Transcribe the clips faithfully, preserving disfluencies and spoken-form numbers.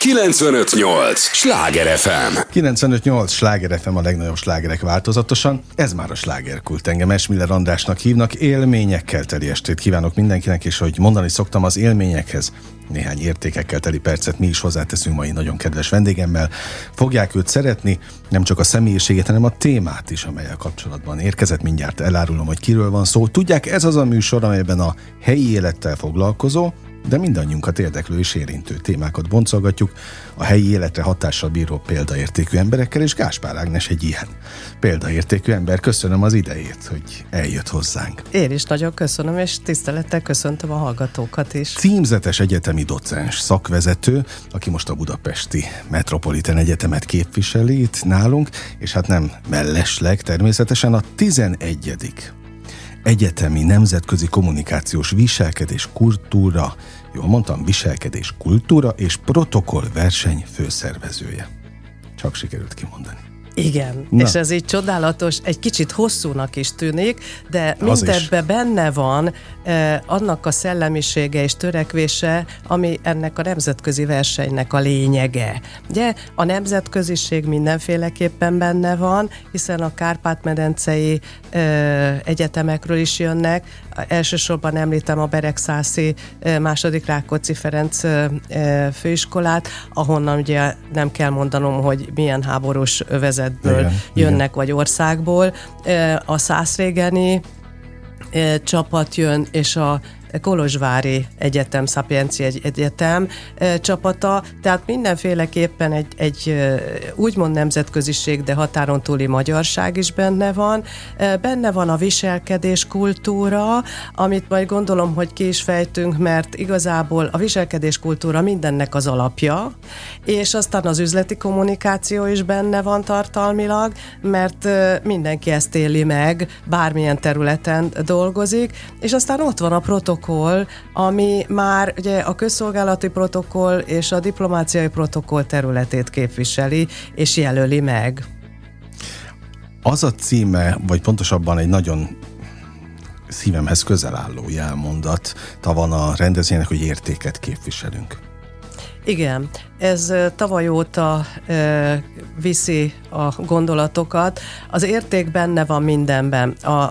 kilencvenöt nyolc Sláger ef em. kilencvenöt nyolc Sláger ef em, a legnagyobb slágerek változatosan. Ez már a Slágerkult. Engem Esmiller Andrásnak hívnak. Élményekkel teli estét kívánok mindenkinek, és hogy mondani szoktam, az élményekhez néhány értékekkel teli percet mi is hozzáteszünk mai nagyon kedves vendégemmel. Fogják őt szeretni, nem csak a személyiségét, hanem a témát is, amellyel kapcsolatban érkezett. Mindjárt elárulom, hogy kiről van szó. Tudják, ez az a műsor, amelyben a helyi élettel foglalkozó, de mindannyiunkat érdeklő és érintő témákat boncolgatjuk a helyi életre hatással bíró példaértékű emberekkel, és Gáspár Ágnes egy ilyen példaértékű ember. Köszönöm az idejét, hogy eljött hozzánk. Én is nagyon köszönöm, és tisztelettel köszöntöm a hallgatókat is. Címzetes egyetemi docens, szakvezető, aki most a Budapesti Metropolitan Egyetemet képviseli itt nálunk, és hát nem mellesleg természetesen a tizenegyedik Egyetemi Nemzetközi Kommunikációs Viselkedés Kultúra, jól mondtam, Viselkedés Kultúra és Protokoll verseny főszervezője. Csak sikerült kimondani. Igen, Na. és ez így csodálatos, egy kicsit hosszúnak is tűnik, de mindebben benne van eh, annak a szellemisége és törekvése, ami ennek a nemzetközi versenynek a lényege. Ugye a nemzetköziség mindenféleképpen benne van, hiszen a Kárpát-medencei eh, egyetemekről is jönnek. Elsősorban említem a Beregszászi eh, második Rákóczi Ferenc eh, főiskolát, ahonnan ugye nem kell mondanom, hogy milyen háborús övezet ből jönnek, igen. vagy országból. A szászrégeni csapat jön, és a Kolozsvári Egyetem, Szapienci Egyetem csapata, tehát mindenféleképpen egy, egy úgymond nemzetköziség, de határon túli magyarság is benne van. Benne van a viselkedés kultúra, amit majd gondolom, hogy ki is fejtünk, mert igazából a viselkedés kultúra mindennek az alapja, és aztán az üzleti kommunikáció is benne van tartalmilag, mert mindenki ezt éli meg, bármilyen területen dolgozik, és aztán ott van a protokoll, ami már ugye a közszolgálati protokoll és a diplomáciai protokoll területét képviseli és jelöli meg. Az a címe, vagy pontosabban egy nagyon szívemhez közel álló jelmondat van a rendezvénynek, hogy értéket képviselünk. Igen, ez tavaly óta e, viszi a gondolatokat. Az érték benne van mindenben. A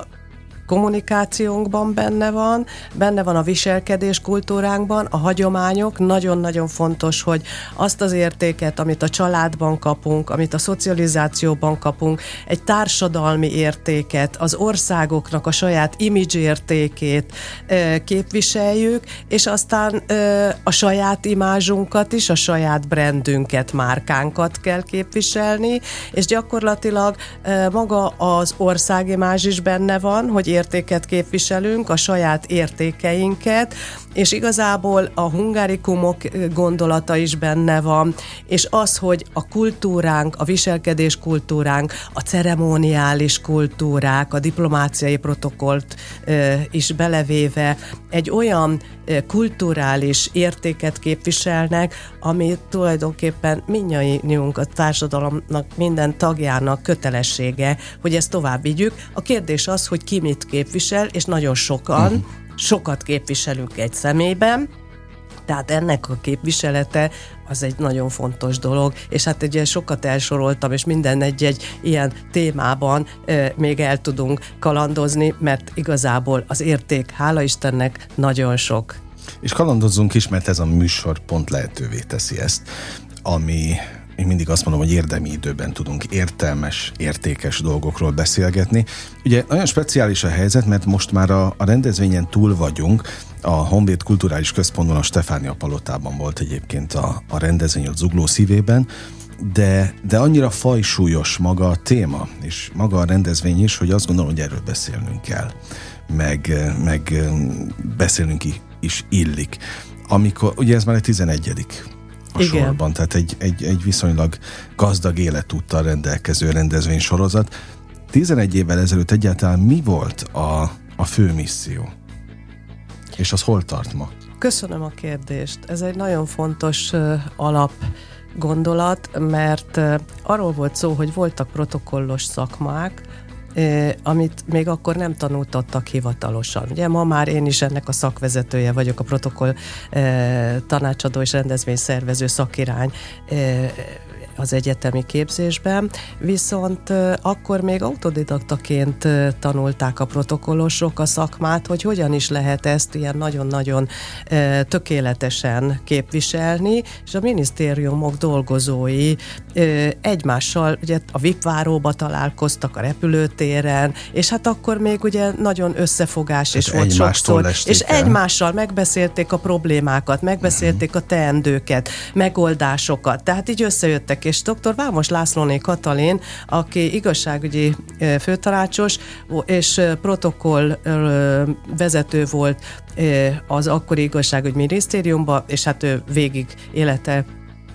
kommunikációnkban benne van, benne van a viselkedés kultúránkban, a hagyományok, nagyon-nagyon fontos, hogy azt az értéket, amit a családban kapunk, amit a szocializációban kapunk, egy társadalmi értéket, az országoknak a saját image értékét e, képviseljük, és aztán e, a saját imázsunkat is, a saját brandünket, márkánkat kell képviselni, és gyakorlatilag e, maga az országimázs is benne van, hogy értéket képviselünk, a saját értékeinket, és igazából a hungarikumok gondolata is benne van, és az, hogy a kultúránk, a viselkedés kultúránk, a ceremoniális kultúrák, a diplomáciai protokollt e, is belevéve egy olyan e, kulturális értéket képviselnek, ami tulajdonképpen mindnyájunk a társadalomnak, minden tagjának kötelessége, hogy ezt tovább vigyük. A kérdés az, hogy ki mit képvisel, és nagyon sokan, uh-huh. sokat képviselünk egy személyben, tehát ennek a képviselete az egy nagyon fontos dolog, és hát ugye sokat elsoroltam, és minden egy-egy ilyen témában e, még el tudunk kalandozni, mert igazából az érték, hála Istennek, nagyon sok. És kalandozzunk is, mert ez a műsor pont lehetővé teszi ezt, ami... Én mindig azt mondom, hogy érdemi időben tudunk értelmes, értékes dolgokról beszélgetni. Ugye nagyon speciális a helyzet, mert most már a, a rendezvényen túl vagyunk. A Honvéd Kulturális Központban, a Stefánia Palotában volt egyébként a, a rendezvény, a Zugló szívében, de, de annyira fajsúlyos maga a téma, és maga a rendezvény is, hogy azt gondolom, hogy erről beszélnünk kell. Meg, meg beszélnünk is illik. Amikor, ugye ez már egy tizenegyedik a Igen. sorban, tehát egy, egy, egy viszonylag gazdag életúttal rendelkező rendezvénysorozat. tizenegy évvel ezelőtt egyáltalán mi volt a, a fő misszió? És az hol tart ma? Köszönöm a kérdést. Ez egy nagyon fontos uh, alapgondolat, mert uh, arról volt szó, hogy voltak protokollos szakmák, amit még akkor nem tanultattak hivatalosan. Ugye ma már én is ennek a szakvezetője vagyok, a protokoll tanácsadó és rendezvényszervező szakirány az egyetemi képzésben, viszont akkor még autodidaktaként tanulták a protokollosok a szakmát, hogy hogyan is lehet ezt ilyen nagyon-nagyon tökéletesen képviselni, és a minisztériumok dolgozói egymással, ugye a vé i pé váróba találkoztak a repülőtéren, és hát akkor még ugye nagyon összefogás is volt sokszor, és el. egymással megbeszélték a problémákat, megbeszélték a teendőket, megoldásokat, tehát így összejöttek, és dr. Vámos Lászlóné Katalin, aki igazságügyi főtanácsos és protokoll vezető volt az akkori igazságügyi minisztériumban, és hát ő végig élete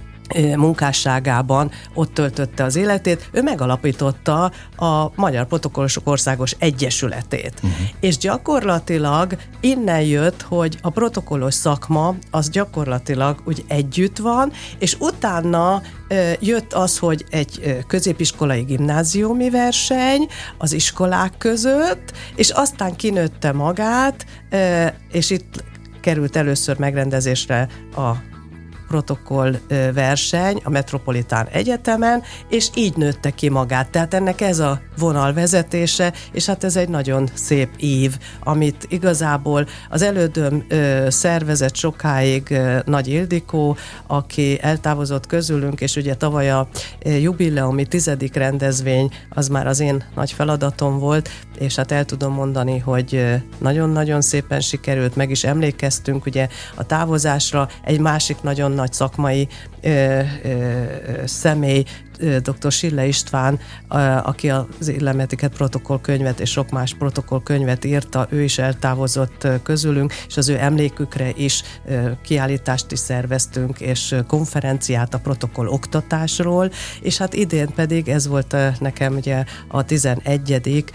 munkásságában ott töltötte az életét, ő megalapította a Magyar Protokollosok Országos Egyesületét. Uh-huh. És gyakorlatilag innen jött, hogy a protokollos szakma az gyakorlatilag úgy együtt van, és utána e, jött az, hogy egy e, középiskolai gimnáziumi verseny az iskolák között, és aztán kinőtte magát, e, és itt került először megrendezésre a protokoll verseny a Metropolitán Egyetemen, és így nőtte ki magát. Tehát ennek ez a vonalvezetése, és hát ez egy nagyon szép ív, amit igazából az elődöm ö, szervezett sokáig ö, Nagy Ildikó, aki eltávozott közülünk, és ugye tavaly a ö, jubileumi tizedik rendezvény, az már az én nagy feladatom volt, és hát el tudom mondani, hogy ö, nagyon-nagyon szépen sikerült, meg is emlékeztünk ugye a távozásra, egy másik nagyon nagy szakmai ö, ö, személy, dr. Sille István, aki az illemetiket protokollkönyvet és sok más protokollkönyvet írta, ő is eltávozott közülünk, és az ő emlékükre is kiállítást is szerveztünk, és konferenciát a protokoll oktatásról, és hát idén pedig ez volt nekem ugye a tizenegyedik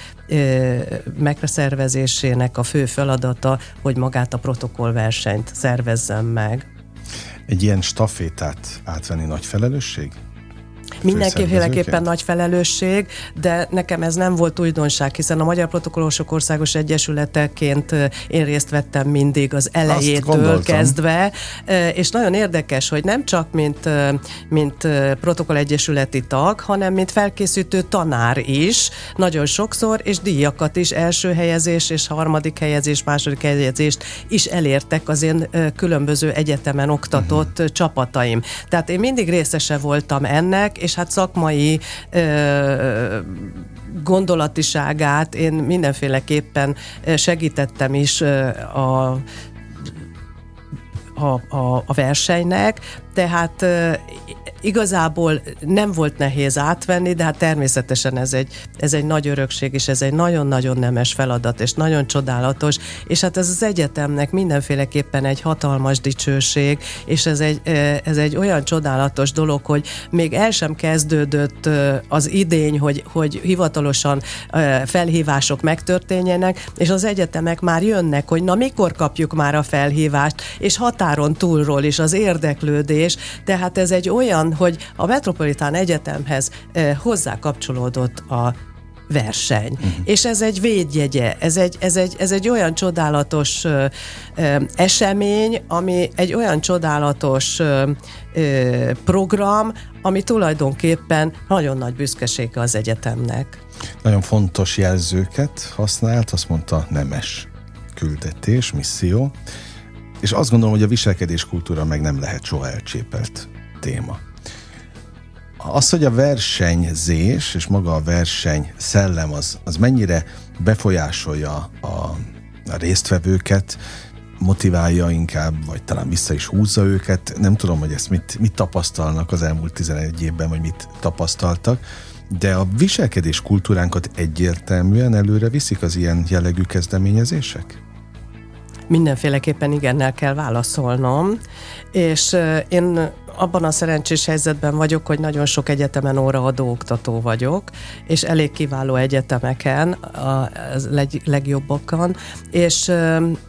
megszervezésének a fő feladata, hogy magát a protokollversenyt szervezzem meg. Egy ilyen stafétát átvenni nagy felelősség? Mindenképpen nagy felelősség, de nekem ez nem volt újdonság, hiszen a Magyar Protokollosok Országos Egyesületeként én részt vettem mindig az elejétől kezdve, és nagyon érdekes, hogy nem csak mint, mint protokollegyesületi tag, hanem mint felkészítő tanár is, nagyon sokszor, és díjakat is, első helyezés és harmadik helyezés, második helyezést is elértek az én különböző egyetemen oktatott uh-huh. csapataim. Tehát én mindig részese voltam ennek, és hát szakmai ö, gondolatiságát én mindenféleképpen segítettem is ö, a, a, a, a versenynek, tehát ö, igazából nem volt nehéz átvenni, de hát természetesen ez egy, ez egy nagy örökség, és ez egy nagyon-nagyon nemes feladat, és nagyon csodálatos, és hát ez az egyetemnek mindenféleképpen egy hatalmas dicsőség, és ez egy, ez egy olyan csodálatos dolog, hogy még el sem kezdődött az idény, hogy, hogy hivatalosan felhívások megtörténjenek, és az egyetemek már jönnek, hogy na mikor kapjuk már a felhívást, és határon túlról is az érdeklődés, tehát ez egy olyan, hogy a Metropolitán Egyetemhez eh, hozzá kapcsolódott a verseny. Uh-huh. És ez egy védjegye, ez egy, ez egy, ez egy olyan csodálatos ö, ö, esemény, ami egy olyan csodálatos ö, ö, program, ami tulajdonképpen nagyon nagy büszkesége az egyetemnek. Nagyon fontos jelzőket használt, azt mondta nemes küldetés, misszió, és azt gondolom, hogy a viselkedéskultúra meg nem lehet soha elcsépelt téma. Az, hogy a versenyzés és maga a verseny szellem az, az mennyire befolyásolja a, a résztvevőket, motiválja inkább, vagy talán vissza is húzza őket. Nem tudom, hogy ezt mit, mit tapasztalnak az elmúlt tizenegy évben, vagy mit tapasztaltak, de a viselkedés kultúránkat egyértelműen előre viszik az ilyen jellegű kezdeményezések? Mindenféleképpen igennel kell válaszolnom, és én abban a szerencsés helyzetben vagyok, hogy nagyon sok egyetemen óraadó oktató vagyok, és elég kiváló egyetemeken, a leg, legjobbakon, és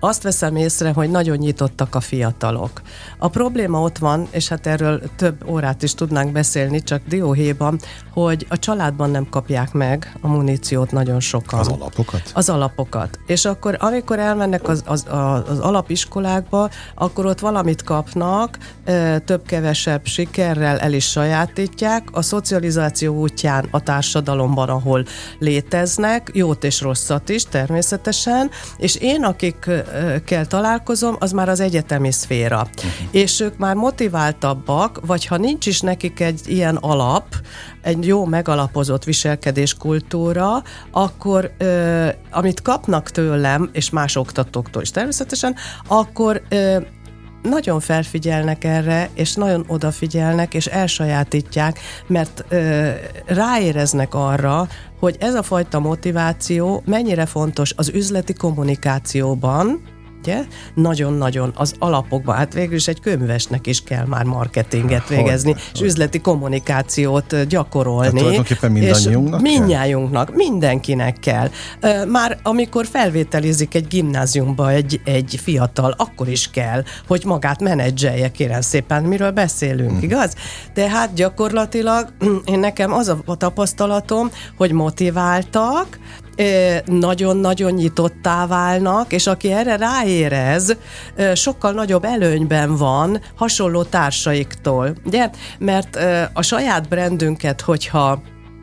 azt veszem észre, hogy nagyon nyitottak a fiatalok. A probléma ott van, és hát erről több órát is tudnánk beszélni, csak dióhéjban, hogy a családban nem kapják meg a muníciót nagyon sokan. Az alapokat? Az alapokat. És akkor, amikor elmennek az, az, az alapiskolákba, akkor ott valamit kapnak, több-kevesebb sikerrel el is sajátítják, a szocializáció útján a társadalomban, ahol léteznek, jót és rosszat is természetesen, és én, akikkel találkozom, az már az egyetemi szféra. Uh-huh. És ők már motiváltabbak, vagy ha nincs is nekik egy ilyen alap, egy jó megalapozott viselkedéskultúra, akkor ö, amit kapnak tőlem, és más oktatóktól is természetesen, akkor ö, nagyon felfigyelnek erre, és nagyon odafigyelnek, és elsajátítják, mert ö, ráéreznek arra, hogy ez a fajta motiváció mennyire fontos az üzleti kommunikációban, ugye? Nagyon-nagyon az alapokban, hát végül is egy kőművesnek is kell már marketinget végezni, hogyne, és hogyne. üzleti kommunikációt gyakorolni. Tehát tulajdonképpen mindannyiunknak kell? Mindnyájunknak, mindenkinek kell. Már amikor felvételizik egy gimnáziumba egy, egy fiatal, akkor is kell, hogy magát menedzselje, kérem szépen, miről beszélünk, hmm. igaz? Tehát gyakorlatilag én nekem az a tapasztalatom, hogy motiváltak, nagyon-nagyon nyitottá válnak, és aki erre ráérez, sokkal nagyobb előnyben van hasonló társaiktól, ugye? Mert a saját brandünket, hogyha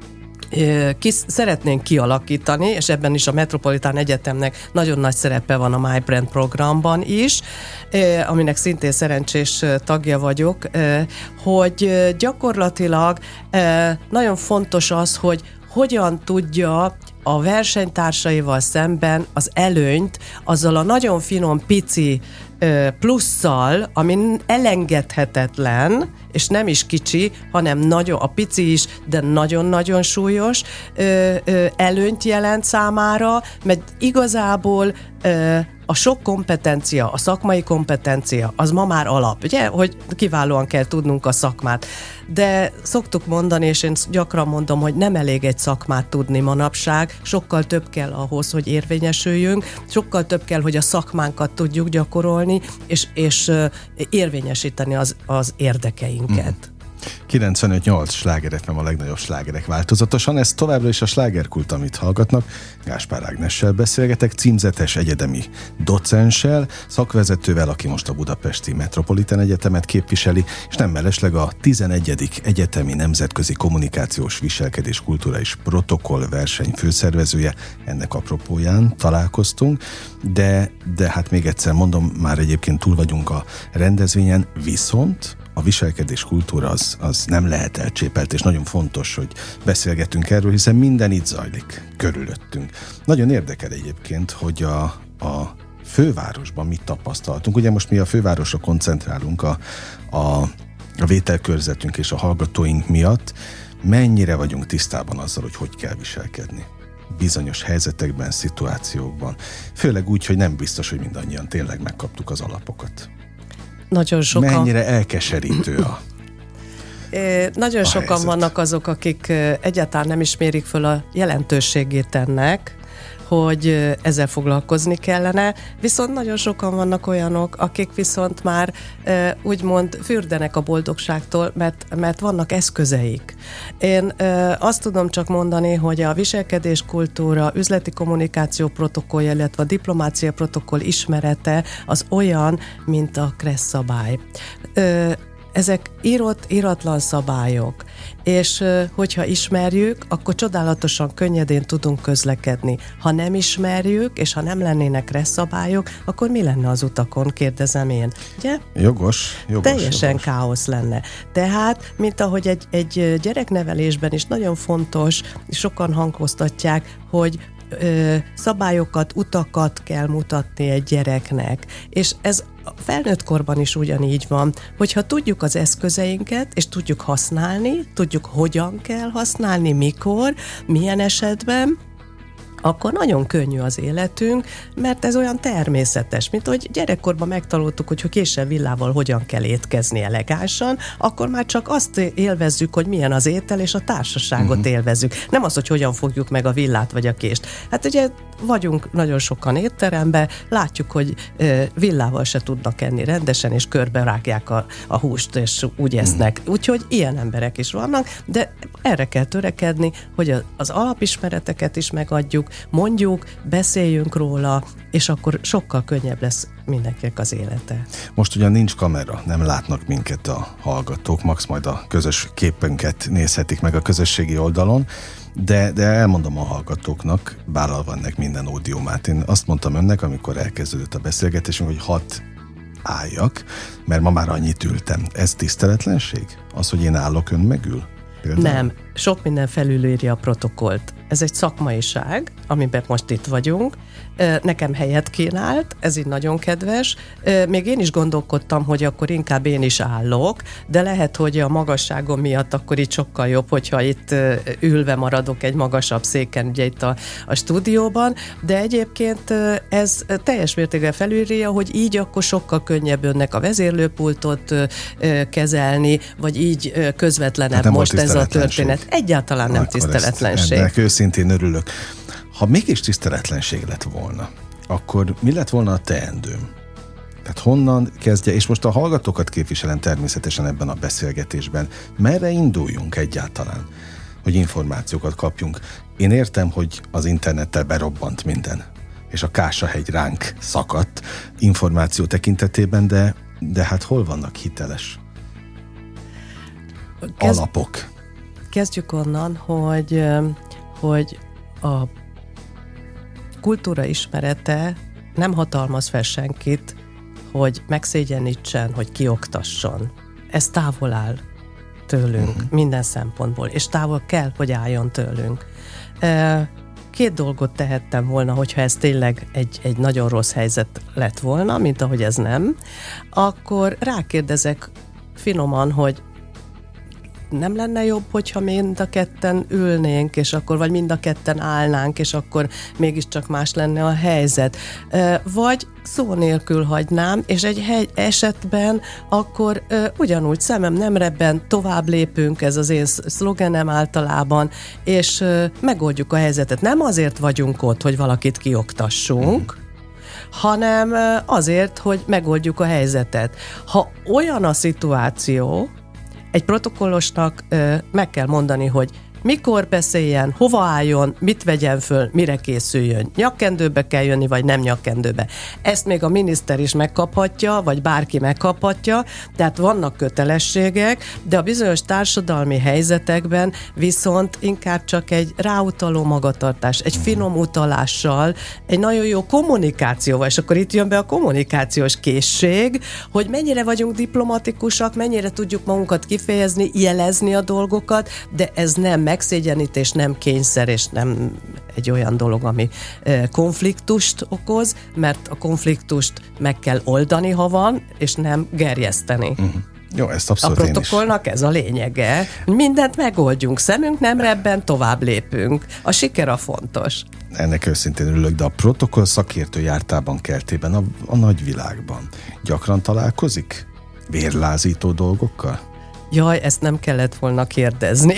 ki szeretnénk kialakítani, és ebben is a Metropolitán Egyetemnek nagyon nagy szerepe van a My Brand programban is, aminek szintén szerencsés tagja vagyok, hogy gyakorlatilag nagyon fontos az, hogy hogyan tudja a versenytársaival szemben az előnyt azzal a nagyon finom, pici plusszal, ami elengedhetetlen, és nem is kicsi, hanem nagyon, a pici is, de nagyon-nagyon súlyos ö, ö, előnyt jelent számára, mert igazából ö, a sok kompetencia, a szakmai kompetencia, az ma már alap, ugye, hogy kiválóan kell tudnunk a szakmát. De szoktuk mondani, és én gyakran mondom, hogy nem elég egy szakmát tudni manapság, sokkal több kell ahhoz, hogy érvényesüljünk, sokkal több kell, hogy a szakmánkat tudjuk gyakorolni, és, és érvényesíteni az, az érdekeinket. Mm. kilencvenöt nyolc Sláger ef em a legnagyobb slágerek változatosan, ez továbbra is a Slágerkult, amit hallgatnak. Gáspár Ágnessel beszélgetek, címzetes egyetemi docenssel, szakvezetővel, aki most a Budapesti Metropolitán Egyetemet képviseli, és nem mellesleg a tizenegyedik Egyetemi Nemzetközi Kommunikációs Viselkedés Kultúra és Protokoll verseny főszervezője. Ennek apropóján találkoztunk, de, de hát még egyszer mondom, már egyébként túl vagyunk a rendezvényen, viszont a viselkedés kultúra az, az nem lehet elcsépelt, és nagyon fontos, hogy beszélgetünk erről, hiszen minden itt zajlik körülöttünk. Nagyon érdekel egyébként, hogy a, a fővárosban mit tapasztaltunk. Ugye most mi a fővárosra koncentrálunk a, a, a vételkörzetünk és a hallgatóink miatt. Mennyire vagyunk tisztában azzal, hogy hogy kell viselkedni bizonyos helyzetekben, szituációkban. Főleg úgy, hogy nem biztos, hogy mindannyian tényleg megkaptuk az alapokat. Nagyon sokan. Mennyire elkeserítő a é, Nagyon a sokan helyzet. vannak azok, akik egyáltalán nem ismérik föl a jelentőségét ennek, hogy ezzel foglalkozni kellene, viszont nagyon sokan vannak olyanok, akik viszont már e, úgymond fürdenek a boldogságtól, mert, mert vannak eszközeik. Én e, azt tudom csak mondani, hogy a viselkedéskultúra, üzleti kommunikáció protokollja, illetve a diplomácia protokoll ismerete az olyan, mint a Kressz szabály. E, Ezek írott, íratlan szabályok, és hogyha ismerjük, akkor csodálatosan könnyedén tudunk közlekedni. Ha nem ismerjük, és ha nem lennének Kressz szabályok, akkor mi lenne az utakon, kérdezem én. Ugye? Jogos, jogos. Teljesen jogos. káosz lenne. Tehát, mint ahogy egy, egy gyereknevelésben is nagyon fontos, sokan hangoztatják, hogy ö, szabályokat, utakat kell mutatni egy gyereknek. És ez a felnőtt korban is ugyanígy van, hogyha tudjuk az eszközeinket, és tudjuk használni, tudjuk hogyan kell használni, mikor, milyen esetben, akkor nagyon könnyű az életünk, mert ez olyan természetes, mint hogy gyerekkorban megtanultuk, hogy késsel villával hogyan kell étkezni elegánsan, akkor már csak azt élvezzük, hogy milyen az étel, és a társaságot uh-huh. élvezzük. Nem az, hogy hogyan fogjuk meg a villát vagy a kést. Hát ugye vagyunk nagyon sokan étteremben, látjuk, hogy villával se tudnak enni rendesen, és körbe rágják a, a húst, és úgy esznek. Úgyhogy ilyen emberek is vannak, de erre kell törekedni, hogy az alapismereteket is megadjuk, mondjuk, beszéljünk róla, és akkor sokkal könnyebb lesz mindenkinek az élete. Most ugyan nincs kamera, nem látnak minket a hallgatók, max majd a közös képünket nézhetik meg a közösségi oldalon, de, de elmondom a hallgatóknak, vállalva ennek minden ódiumát. Én azt mondtam önnek, amikor elkezdődött a beszélgetésünk, hogy hat álljak, mert ma már annyit ültem. Ez tiszteletlenség? Az, hogy én állok, ön megül? Például? Nem. Sok minden felülírja a protokollt. Ez egy szakmaiság, amiben most itt vagyunk. Nekem helyet kínált, ez így nagyon kedves. Még én is gondolkodtam, hogy akkor inkább én is állok, de lehet, hogy a magasságom miatt akkor itt sokkal jobb, hogyha itt ülve maradok egy magasabb széken, ugye itt a, a stúdióban, de egyébként ez teljes mértékben felülírja, hogy így akkor sokkal könnyebb önnek a vezérlőpultot kezelni, vagy így közvetlenebb hát most ez a történet. Egyáltalán nem akkor tiszteletlenség. Ennek őszintén örülök. Ha mégis tiszteletlenség lett volna, akkor mi lett volna a teendőm? Tehát honnan kezdje, és most a hallgatókat képviselem természetesen ebben a beszélgetésben, merre induljunk egyáltalán, hogy információkat kapjunk? Én értem, hogy az internettel berobbant minden, és a Kássahegy ránk szakadt információ tekintetében, de, de hát hol vannak hiteles Kezd, alapok? Kezdjük onnan, hogy, hogy a kultúra ismerete nem hatalmaz fel senkit, hogy megszégyenítsen, hogy kioktasson. Ez távol áll tőlünk uh-huh. minden szempontból, és távol kell, hogy álljon tőlünk. Két dolgot tehettem volna, hogyha ez tényleg egy, egy nagyon rossz helyzet lett volna, mint ahogy ez nem, akkor rákérdezek finoman, hogy nem lenne jobb, hogyha mind a ketten ülnénk, és akkor, vagy mind a ketten állnánk, és akkor mégiscsak más lenne a helyzet. Vagy szó nélkül hagynám, és egy hegy esetben akkor uh, ugyanúgy szemem nem rebben, tovább lépünk, ez az én szlogenem általában, és uh, megoldjuk a helyzetet. Nem azért vagyunk ott, hogy valakit kioktassunk, hanem uh, azért, hogy megoldjuk a helyzetet. Ha olyan a szituáció, egy protokollosnak ö, meg kell mondani, hogy mikor beszéljen, hova álljon, mit vegyen föl, mire készüljön. Nyakkendőbe kell jönni, vagy nem nyakkendőbe. Ezt még a miniszter is megkaphatja, vagy bárki megkaphatja, tehát vannak kötelességek, de a bizonyos társadalmi helyzetekben viszont inkább csak egy ráutaló magatartás, egy finom utalással, egy nagyon jó kommunikációval, és akkor itt jön be a kommunikációs készség, hogy mennyire vagyunk diplomatikusak, mennyire tudjuk magunkat kifejezni, jelezni a dolgokat, de ez nem megszégyenítés, nem kényszer, és nem egy olyan dolog, ami konfliktust okoz, mert a konfliktust meg kell oldani, ha van, és nem gerjeszteni. Uh-huh. Jó, ezt abszolút a protokollnak ez a lényege. Mindent megoldjunk, szemünk nem rebben, tovább lépünk. A siker a fontos. Ennek őszintén örülök, de a protokoll szakértő jártában, kertében, a, a nagyvilágban gyakran találkozik vérlázító dolgokkal? Jaj, ezt nem kellett volna kérdezni.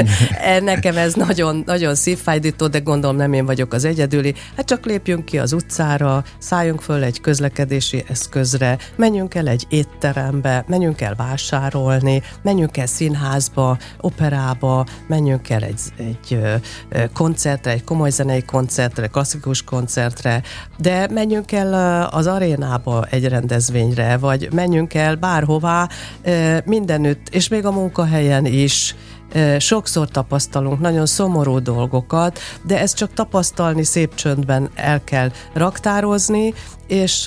Nekem ez nagyon, nagyon szívfájdító, de gondolom nem én vagyok az egyedüli. Hát csak lépjünk ki az utcára, szálljunk föl egy közlekedési eszközre, menjünk el egy étterembe, menjünk el vásárolni, menjünk el színházba, operába, menjünk el egy, egy koncertre, egy komoly zenei koncertre, klasszikus koncertre, de menjünk el az arénába egy rendezvényre, vagy menjünk el bárhová, mindenütt, és még a munkahelyen is sokszor tapasztalunk nagyon szomorú dolgokat, de ezt csak tapasztalni, szép csöndben el kell raktározni, és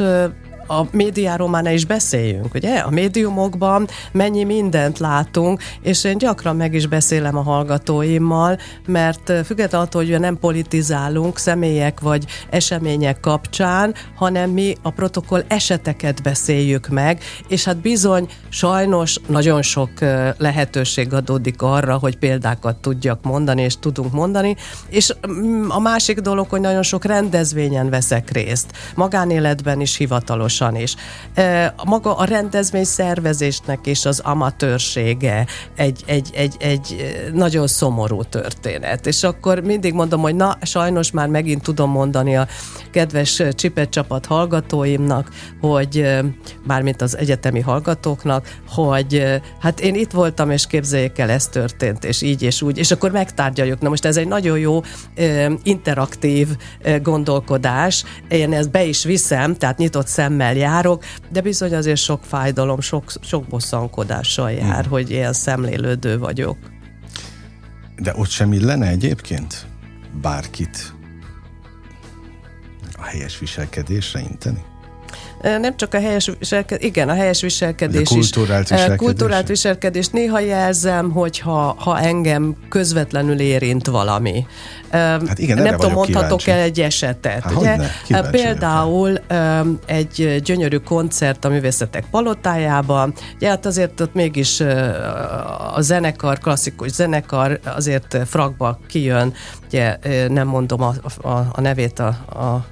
a médiáról már ne is beszéljünk, ugye? A médiumokban mennyi mindent látunk, és én gyakran meg is beszélem a hallgatóimmal, mert függetlenül attól, hogy nem politizálunk személyek vagy események kapcsán, hanem mi a protokoll eseteket beszéljük meg, és hát bizony sajnos nagyon sok lehetőség adódik arra, hogy példákat tudjak mondani, és tudunk mondani, és a másik dolog, hogy nagyon sok rendezvényen veszek részt, magánéletben is hivatalos botrányosan is. Maga a rendezvény szervezésnek is az amatőrsége egy, egy, egy, egy nagyon szomorú történet. És akkor mindig mondom, hogy na, sajnos már megint tudom mondani a kedves Csipet csapat hallgatóimnak, hogy mármint az egyetemi hallgatóknak, hogy hát én itt voltam, és képzeljék el, ez történt, és így és úgy, és akkor megtárgyaljuk. Na most ez egy nagyon jó interaktív gondolkodás, én ezt be is viszem, tehát nyitott szemmel járok, de bizony azért sok fájdalom, sok, sok bosszankodással jár, hmm. hogy ilyen szemlélődő vagyok. De ott sem illene egyébként bárkit a helyes viselkedésre inteni? Nem csak a helyes viselkedés, igen, a helyes viselkedés a kulturált is. Viselkedés. Kulturált viselkedés. Néha jelzem, hogy ha, ha engem közvetlenül érint valami. Hát igen, nem tudom, mondhatok el egy esetet. Hát ugye? Például egy gyönyörű koncert a Művészetek Palotájában. Ugye, hát azért ott mégis a zenekar, klasszikus zenekar azért frakba kijön. Ugye, nem mondom a, a, a nevét a, a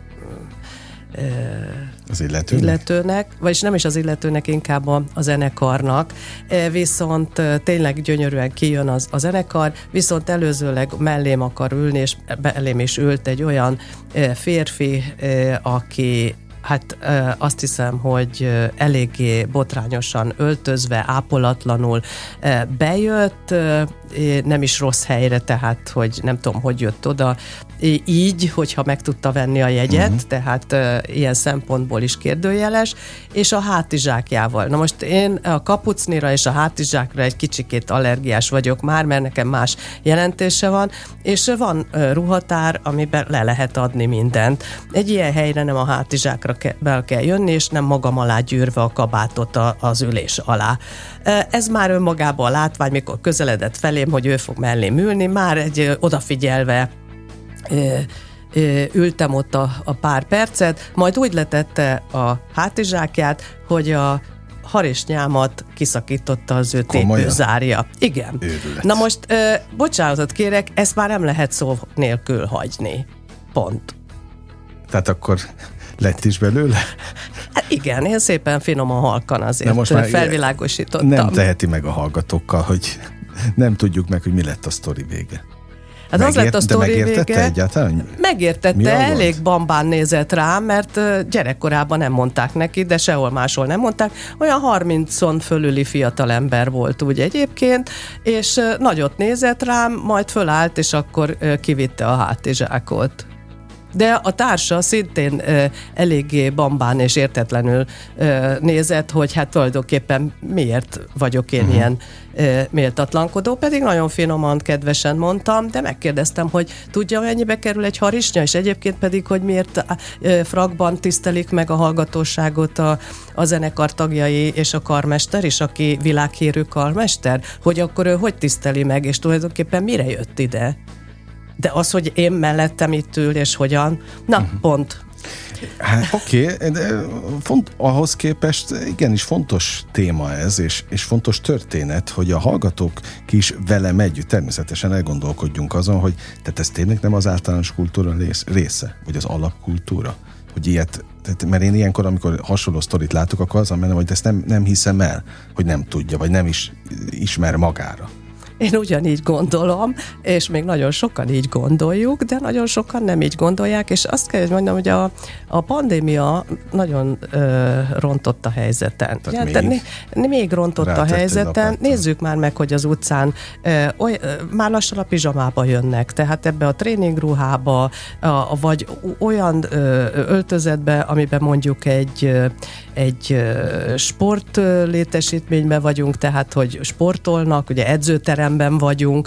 az illetőnek? illetőnek, vagyis nem is az illetőnek, inkább a, a zenekarnak, viszont tényleg gyönyörűen kijön az, a zenekar, viszont előzőleg mellém akar ülni, és mellém is ült egy olyan férfi, aki hát azt hiszem, hogy eléggé botrányosan öltözve, ápolatlanul bejött, nem is rossz helyre, tehát, hogy nem tudom, hogy jött oda, így, hogyha meg tudta venni a jegyet, uh-huh. tehát ilyen szempontból is kérdőjeles, és a hátizsákjával. Na most én a kapucnira és a hátizsákra egy kicsikét allergiás vagyok már, mert nekem más jelentése van, és van ruhatár, amiben le lehet adni mindent. Egy ilyen helyre nem a hátizsákra ke- be kell jönni, és nem magam alá gyűrve a kabátot a, az ülés alá. Ez már önmagában a látvány, mikor közeledett felém, hogy ő fog mellém ülni, már egy odafigyelve ültem ott a, a pár percet, majd úgy letette a hátizsákját, hogy a harisnyámat kiszakította az ő tépőzárja. Igen. Őrület. Na most, ö, bocsánatot kérek, ezt már nem lehet szó nélkül hagyni. Pont. Tehát akkor lett is belőle? Hát igen, én szépen finoman halkan azért most már felvilágosítottam. Nem teheti meg a hallgatókkal, hogy nem tudjuk meg, hogy mi lett a sztori vége. Hát Megért, az lett a sztori vége. Megértette egyáltalán? Megértette, elég bambán nézett rám, mert gyerekkorában nem mondták neki, de sehol máshol nem mondták. Olyan harmincon fölüli fiatalember volt úgy egyébként, és nagyot nézett rám, majd fölállt, és akkor kivitte a hátizsákot. De a társa szintén ö, eléggé bambán és értetlenül ö, nézett, hogy hát tulajdonképpen miért vagyok én uh-huh. ilyen ö, méltatlankodó, pedig nagyon finoman, kedvesen mondtam, de megkérdeztem, hogy tudja, mennyibe kerül egy harisnya, és egyébként pedig, hogy miért ö, frakban tisztelik meg a hallgatóságot a, a zenekar tagjai és a karmester is, aki világhírű karmester, hogy akkor ő hogy tiszteli meg, és tulajdonképpen mire jött ide? De az, hogy én mellettem itt ül, és hogyan, na, uh-huh. pont. Hát oké, okay, de font, ahhoz képest igenis fontos téma ez, és, és fontos történet, hogy a hallgatók ki is velem együtt természetesen elgondolkodjunk azon, hogy tehát ez tényleg nem az általános kultúra része, vagy az alapkultúra, hogy ilyet, tehát, mert én ilyenkor, amikor hasonló sztorit látok, akkor azon menem, hogy ezt nem, nem hiszem el, hogy nem tudja, vagy nem is ismer magára. Én ugyanígy gondolom, és még nagyon sokan így gondoljuk, de nagyon sokan nem így gondolják, és azt kell, hogy mondjam, hogy a, a pandémia nagyon ö, rontott a helyzeten. Ja, még, né, még rontott a helyzeten. Nézzük már meg, hogy az utcán ö, oly, ö, már lassan a pizsamába jönnek, tehát ebbe a tréningruhába, a, vagy olyan ö, öltözetbe, amiben mondjuk egy, ö, egy ö, sport létesítményben vagyunk, tehát hogy sportolnak, ugye edzőterem vagyunk,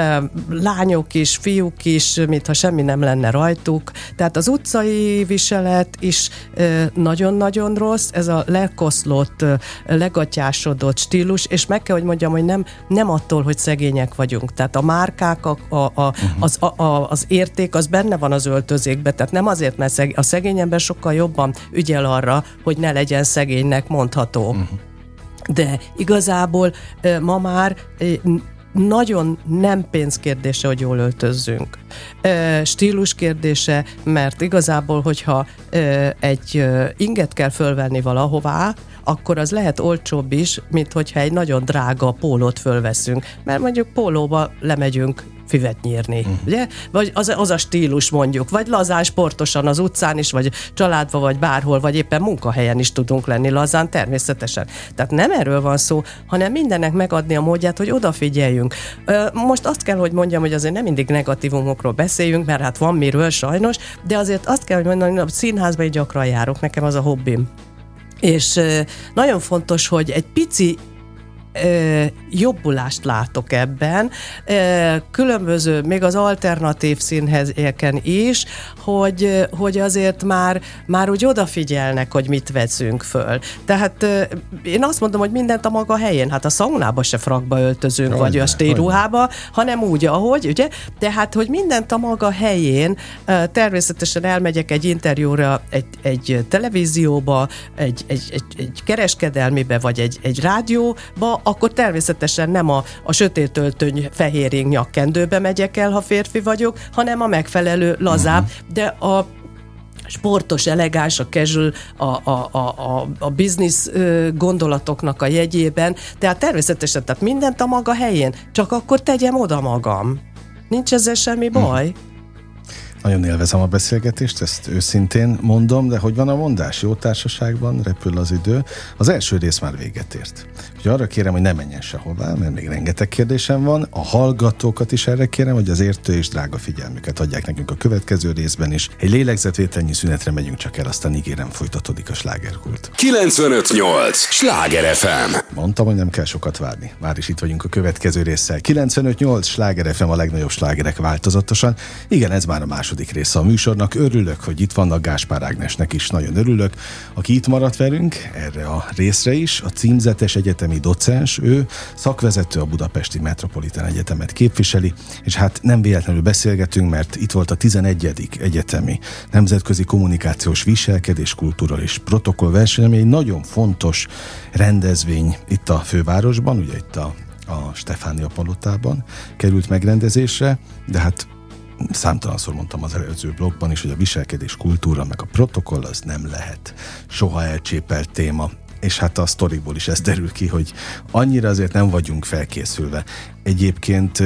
lányok is, fiúk is, mintha semmi nem lenne rajtuk. Tehát az utcai viselet is nagyon-nagyon rossz, ez a lekoszlott, legatyásodott stílus, és meg kell, hogy mondjam, hogy nem, nem attól, hogy szegények vagyunk. Tehát a márkák, a, a, a, az, a, az érték, az benne van az öltözékbe, tehát nem azért, mert szeg, a szegény ember sokkal jobban ügyel arra, hogy ne legyen szegénynek mondható. Uh-huh. De igazából ma már nagyon nem pénzkérdése, hogy jól öltözzünk. Stílus kérdése, mert igazából, hogyha egy inget kell fölvenni valahová, akkor az lehet olcsóbb is, mint hogyha egy nagyon drága pólót fölveszünk. Mert mondjuk pólóba lemegyünk füvet nyírni, uh-huh. ugye? Vagy az, az a stílus mondjuk, vagy lazán, sportosan az utcán is, vagy családba, vagy bárhol, vagy éppen munkahelyen is tudunk lenni lazán, természetesen. Tehát nem erről van szó, hanem mindennek megadni a módját, hogy odafigyeljünk. Most azt kell, hogy mondjam, hogy azért nem mindig negatívumokról beszéljünk, mert hát van miről sajnos, de azért azt kell, hogy mondjam, hogy a színházba így gyakran járok, nekem az a hobbim. És nagyon fontos, hogy egy pici Ö, jobbulást látok ebben, ö, különböző, még az alternatív színhelyeken is, hogy, hogy azért már, már úgy odafigyelnek, hogy mit veszünk föl. Tehát ö, én azt mondom, hogy mindent a maga helyén, hát a szaunába se frakba öltözünk, hogyne, vagy a stílruhába, hanem úgy, ahogy, ugye? Tehát, hogy mindent a maga helyén, ö, természetesen elmegyek egy interjúra, egy, egy televízióba, egy, egy, egy, egy kereskedelmibe, vagy egy, egy rádióba, akkor természetesen nem a, a sötét öltöny fehérénk nyakkendőbe megyek el, ha férfi vagyok, hanem a megfelelő lazább, uh-huh. de a sportos, elegáns, a casual, a, a, a, a, a business gondolatoknak a jegyében, tehát természetesen, tehát mindent a maga helyén, csak akkor tegyem oda magam. Nincs ezzel semmi baj. Uh-huh. Nagyon élvezem a beszélgetést, ezt őszintén mondom, de hogy van a mondás? Jó társaságban repül az idő. Az első rész már véget ért. Úgyhogy arra kérem, hogy ne menjen sehová, mert még rengeteg kérdésem van. A hallgatókat is erre kérem, hogy az értő és drága figyelmüket adják nekünk a következő részben is. Egy lélegzetvételnyi szünetre megyünk csak el, aztán ígérem, folytatódik a slágerkult. kilencvenöt nyolc Sláger ef em. Mondtam, hogy nem kell sokat várni. Már is itt vagyunk a következő résszel. kilencvenöt nyolc Sláger ef em, a legnagyobb slágerek változatosan. Igen, ez már a második része a műsornak. Örülök, hogy itt vannak, Gáspár Ágnesnek is nagyon örülök, aki itt maradt velünk erre a részre is. A címzetes egyetemi docens, ő szakvezető, a Budapesti Metropolitán Egyetemet képviseli, és hát nem véletlenül beszélgetünk, mert itt volt a tizenegyedik egyetemi nemzetközi kommunikációs viselkedés, kultúra és protokoll verseny, ami egy nagyon fontos rendezvény itt a fővárosban, ugye itt a, a Stefánia Palotában került megrendezésre, de hát számtalanszor mondtam az előző blogban is, hogy a viselkedés kultúra meg a protokoll az nem lehet soha elcsépelt téma. És hát a sztoriból is ez derül ki, hogy annyira azért nem vagyunk felkészülve. Egyébként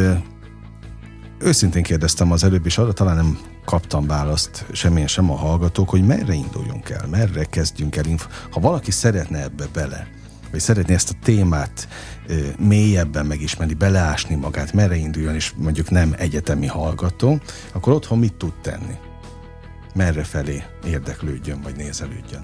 őszintén kérdeztem az előbb, és arra talán nem kaptam választ semmilyen sem a hallgatók, hogy merre induljunk el, merre kezdjünk el. Ha valaki szeretne ebbe bele, vagy szeretné ezt a témát mélyebben megismerni, beleásni magát, merre induljon, és mondjuk nem egyetemi hallgató, akkor otthon mit tud tenni? Merre felé érdeklődjön, vagy nézelődjön?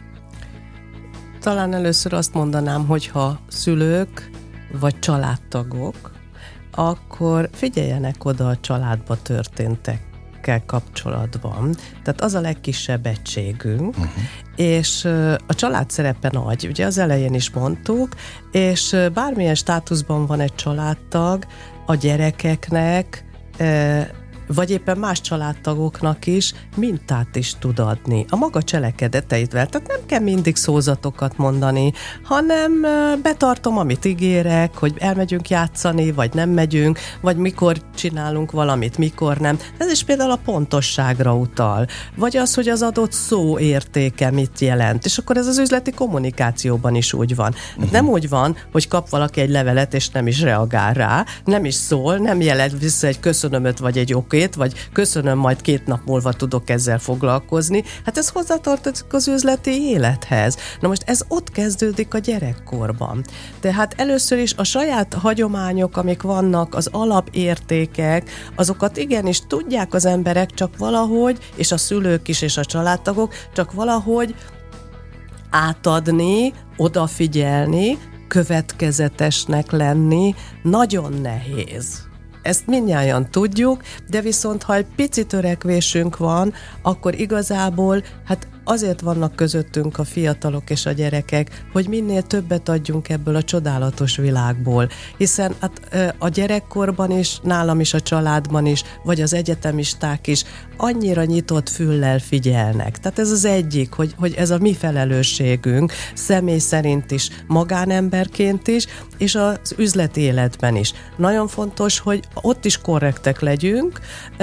Talán először azt mondanám, hogyha szülők, vagy családtagok, akkor figyeljenek oda a családba történtekkel kapcsolatban. Tehát az a legkisebb egységünk, uh-huh. és a család szerepe nagy, ugye az elején is mondtuk, és bármilyen státuszban van egy családtag, a gyerekeknek, vagy éppen más családtagoknak is mintát is tud adni a maga cselekedeteivel. Tehát nem kell mindig szózatokat mondani, hanem betartom, amit ígérek, hogy elmegyünk játszani, vagy nem megyünk, vagy mikor csinálunk valamit, mikor nem. Ez is például a pontosságra utal. Vagy az, hogy az adott szó értéke mit jelent. És akkor ez az üzleti kommunikációban is úgy van. Uh-huh. Nem úgy van, hogy kap valaki egy levelet, és nem is reagál rá, nem is szól, nem jelent vissza egy köszönömöt, vagy egy oké, vagy köszönöm, majd két nap múlva tudok ezzel foglalkozni. Hát ez hozzátartozik az üzleti élethez. Na most ez ott kezdődik a gyerekkorban. Tehát először is a saját hagyományok, amik vannak, az alapértékek, azokat igenis tudják az emberek, csak valahogy, és a szülők is, és a családtagok, csak valahogy átadni, odafigyelni, következetesnek lenni nagyon nehéz. Ezt mindnyájan tudjuk, de viszont ha egy pici törekvésünk van, akkor igazából hát azért vannak közöttünk a fiatalok és a gyerekek, hogy minél többet adjunk ebből a csodálatos világból. Hiszen hát, a gyerekkorban is, nálam is, a családban is, vagy az egyetemisták is annyira nyitott füllel figyelnek. Tehát ez az egyik, hogy, hogy ez a mi felelősségünk, személy szerint is, magánemberként is, és az üzleti életben is. Nagyon fontos, hogy ott is korrektek legyünk.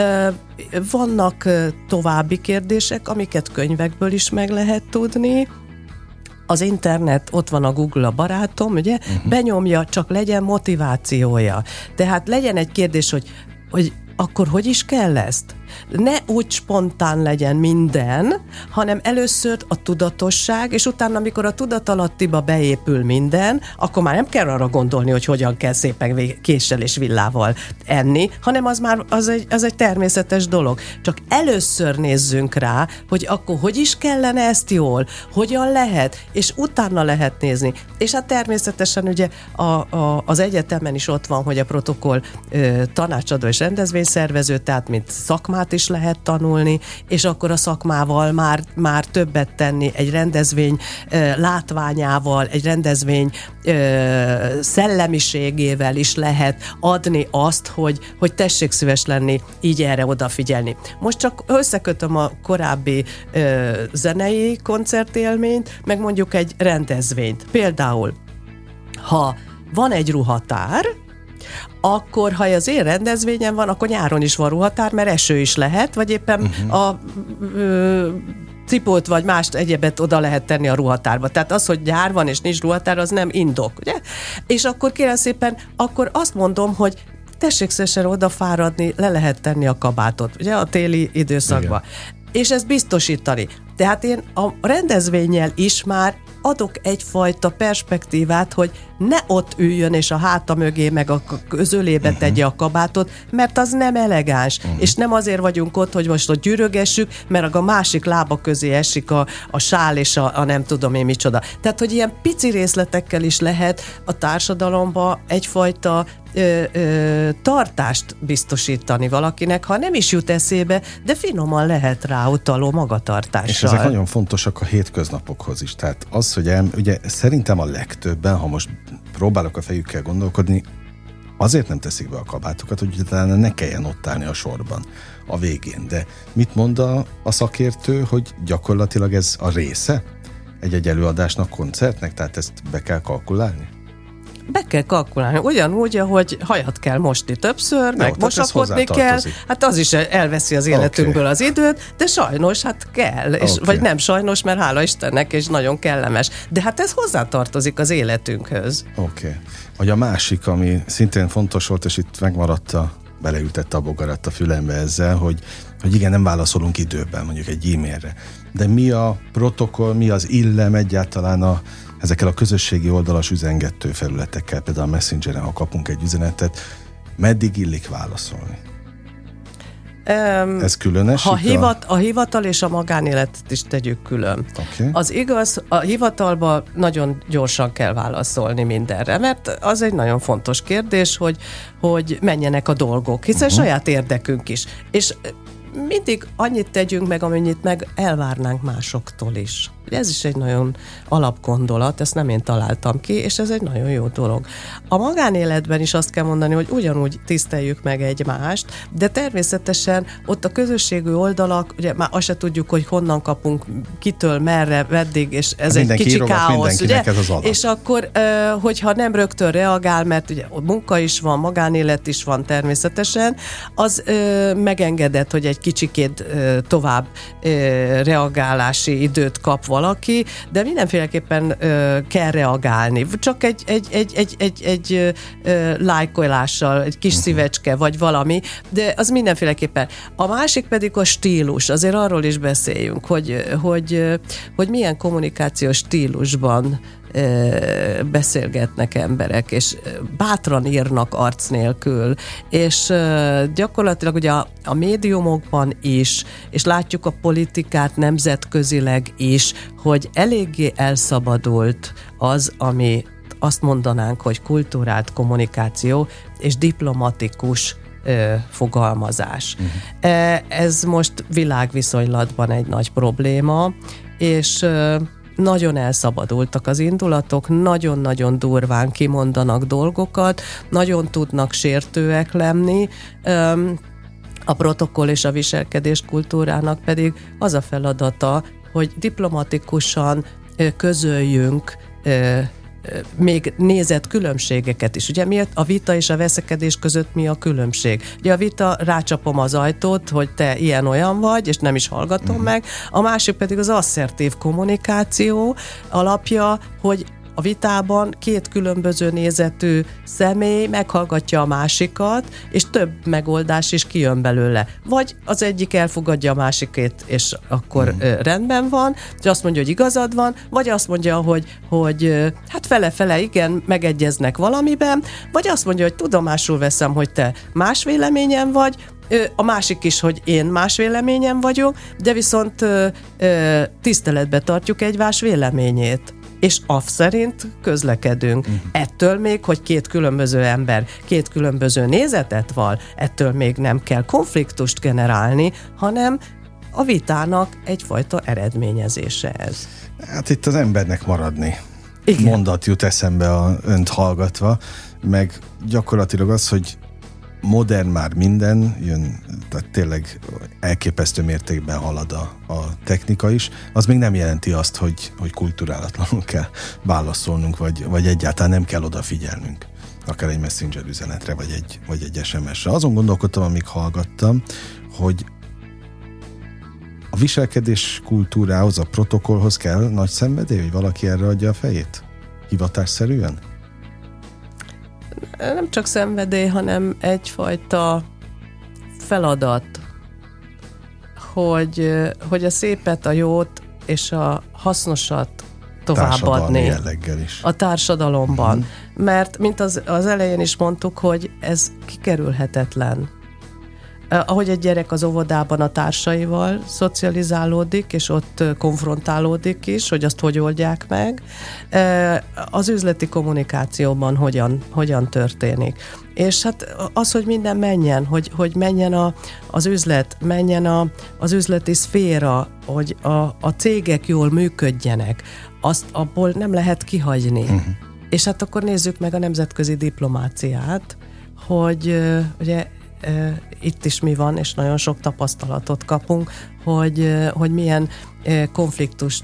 Vannak további kérdések, amiket könyvekből is meg lehet tudni. Az internet, ott van a Google a barátom, ugye? Uh-huh. Benyomja, csak legyen motivációja. Tehát legyen egy kérdés, hogy, hogy akkor hogy is kell ezt? Ne úgy spontán legyen minden, hanem először a tudatosság, és utána, amikor a tudatalattiba beépül minden, akkor már nem kell arra gondolni, hogy hogyan kell szépen késsel és villával enni, hanem az már az egy, az egy természetes dolog. Csak először nézzünk rá, hogy akkor hogy is kellene ezt jól, hogyan lehet, és utána lehet nézni. És hát természetesen ugye a, a, az egyetemen is ott van, hogy a protokoll ö, tanácsadó és rendezvényszervező, tehát mint szakmát is lehet tanulni, és akkor a szakmával már, már többet tenni, egy rendezvény ö, látványával, egy rendezvény ö, szellemiségével is lehet adni azt, hogy, hogy tessék szíves lenni, így erre odafigyelni. Most csak összekötöm a korábbi ö, zenei koncertélményt, meg mondjuk egy rendezvényt. Például, ha van egy ruhatár, akkor, ha az én rendezvényem van, akkor nyáron is van ruhatár, mert eső is lehet, vagy éppen uh-huh. a ö, cipót vagy mást egyebet oda lehet tenni a ruhatárba. Tehát az, hogy nyár van és nincs ruhatár, az nem indok, ugye? És akkor kérem szépen, akkor azt mondom, hogy tessék szépen odafáradni, le lehet tenni a kabátot, ugye, a téli időszakban. Igen. És ezt biztosítani. Tehát én a rendezvénnyel is már adok egyfajta perspektívát, hogy ne ott üljön és a háta mögé meg a közölébe uh-huh. tegye a kabátot, mert az nem elegáns. Uh-huh. És nem azért vagyunk ott, hogy most ott gyűrögessük, mert a másik lába közé esik a, a sál és a, a nem tudom én micsoda. Tehát, hogy ilyen pici részletekkel is lehet a társadalomba egyfajta Ö, ö, tartást biztosítani valakinek, ha nem is jut eszébe, de finoman lehet rá utaló magatartással. És ezek nagyon fontosak a hétköznapokhoz is. Tehát az, hogy el, ugye szerintem a legtöbben, ha most próbálok a fejükkel gondolkodni, azért nem teszik be a kabátokat, hogy utána ne kelljen ott állni a sorban a végén. De mit mond a, a szakértő, hogy gyakorlatilag ez a része egy-egy előadásnak, koncertnek, tehát ezt be kell kalkulálni? Be kell kalkulálni. Ugyanúgy, ahogy hajat kell mosni többször, jó, meg mosakodni kell. Hát az is elveszi az életünkből okay. az időt, de sajnos, hát kell. És, okay. Vagy nem sajnos, mert hála Istennek, és nagyon kellemes. De hát ez hozzátartozik az életünkhöz. Oké. Okay. Vagy a másik, ami szintén fontos volt, és itt megmaradt a, beleültette a bogarat a fülembe ezzel, hogy, hogy igen, nem válaszolunk időben, mondjuk egy e-mailre. De mi a protokoll, mi az illem egyáltalán a ezekkel a közösségi oldalas üzengető felületekkel, például a Messengeren, ha kapunk egy üzenetet, meddig illik válaszolni? Um, Ez külön ha hivat, a... a hivatal és a magánéletet is tegyük külön. Okay. Az igaz, a hivatalban nagyon gyorsan kell válaszolni mindenre, mert az egy nagyon fontos kérdés, hogy, hogy menjenek a dolgok, hiszen uh-huh. saját érdekünk is. És mindig annyit tegyünk meg, amennyit meg elvárnánk másoktól is. Ez is egy nagyon alapgondolat, ezt nem én találtam ki, és ez egy nagyon jó dolog. A magánéletben is azt kell mondani, hogy ugyanúgy tiszteljük meg egymást, de természetesen ott a közösségi oldalak, ugye már azt se tudjuk, hogy honnan kapunk, kitől, merre, meddig, és ez mindenki egy kicsi káosz, ugye? Ez az és akkor, hogyha nem rögtön reagál, mert ugye munka is van, magánélet is van természetesen, az megengedett, hogy egy kicsikét tovább reagálási időt kap valaki, de mindenféleképpen ö, kell reagálni. Csak egy, egy, egy, egy, egy, egy ö, lájkolással, egy kis uh-huh. szívecske, vagy valami, de az mindenféleképpen. A másik pedig a stílus. Azért arról is beszéljünk, hogy, hogy, hogy milyen kommunikációs stílusban beszélgetnek emberek, és bátran írnak arc nélkül, és gyakorlatilag ugye a, a médiumokban is, és látjuk a politikát nemzetközileg is, hogy eléggé elszabadult az, ami azt mondanánk, hogy kultúrált kommunikáció és diplomatikus ö, fogalmazás. Uh-huh. Ez most világviszonylatban egy nagy probléma, és nagyon elszabadultak az indulatok, nagyon-nagyon durván kimondanak dolgokat, nagyon tudnak sértőek lenni, a protokoll és a viselkedés kultúrának pedig az a feladata, hogy diplomatikusan közöljünk még nézett különbségeket is. Ugye miért a vita és a veszekedés között mi a különbség? Ugye a vita, rácsapom az ajtót, hogy te ilyen-olyan vagy, és nem is hallgatom mm. meg. A másik pedig az asszertív kommunikáció alapja, hogy a vitában két különböző nézetű személy meghallgatja a másikat, és több megoldás is kijön belőle. Vagy az egyik elfogadja a másikét, és akkor mm. rendben van, és azt mondja, hogy igazad van, vagy azt mondja, hogy, hogy hát fele-fele igen, megegyeznek valamiben, vagy azt mondja, hogy tudomásul veszem, hogy te más véleményen vagy, a másik is, hogy én más véleményen vagyok, de viszont ö, ö, tiszteletbe tartjuk egymás véleményét. És az szerint közlekedünk. Uh-huh. Ettől még, hogy két különböző ember két különböző nézetet val, ettől még nem kell konfliktust generálni, hanem a vitának egyfajta eredményezése ez. Hát itt az embernek maradni. Igen. Mondat jut eszembe a önt hallgatva, meg gyakorlatilag az, hogy modern már minden, jön, tehát tényleg elképesztő mértékben halad a, a technika is, az még nem jelenti azt, hogy, hogy kulturálatlanul kell válaszolnunk, vagy, vagy egyáltalán nem kell odafigyelnünk, akár egy messenger üzenetre, vagy egy, vagy egy es em es-re. Azon gondolkodtam, amíg hallgattam, hogy a viselkedés kultúrához, a protokollhoz kell nagy szenvedély, hogy valaki erre adja a fejét? Hivatásszerűen? Nem csak szenvedély, hanem egyfajta feladat, hogy, hogy a szépet, a jót és a hasznosat továbbadni. Jelleggel is. A társadalomban. Uh-huh. Mert, mint az, az elején is mondtuk, hogy ez kikerülhetetlen. Ahogy egy gyerek az óvodában a társaival szocializálódik, és ott konfrontálódik is, hogy azt hogy oldják meg, az üzleti kommunikációban hogyan, hogyan történik. És hát az, hogy minden menjen, hogy, hogy menjen a, az üzlet, menjen a, az üzleti szféra, hogy a, a cégek jól működjenek, azt abból nem lehet kihagyni. Uh-huh. És hát akkor nézzük meg a nemzetközi diplomáciát, hogy ugye itt is mi van, és nagyon sok tapasztalatot kapunk, hogy, hogy milyen konfliktust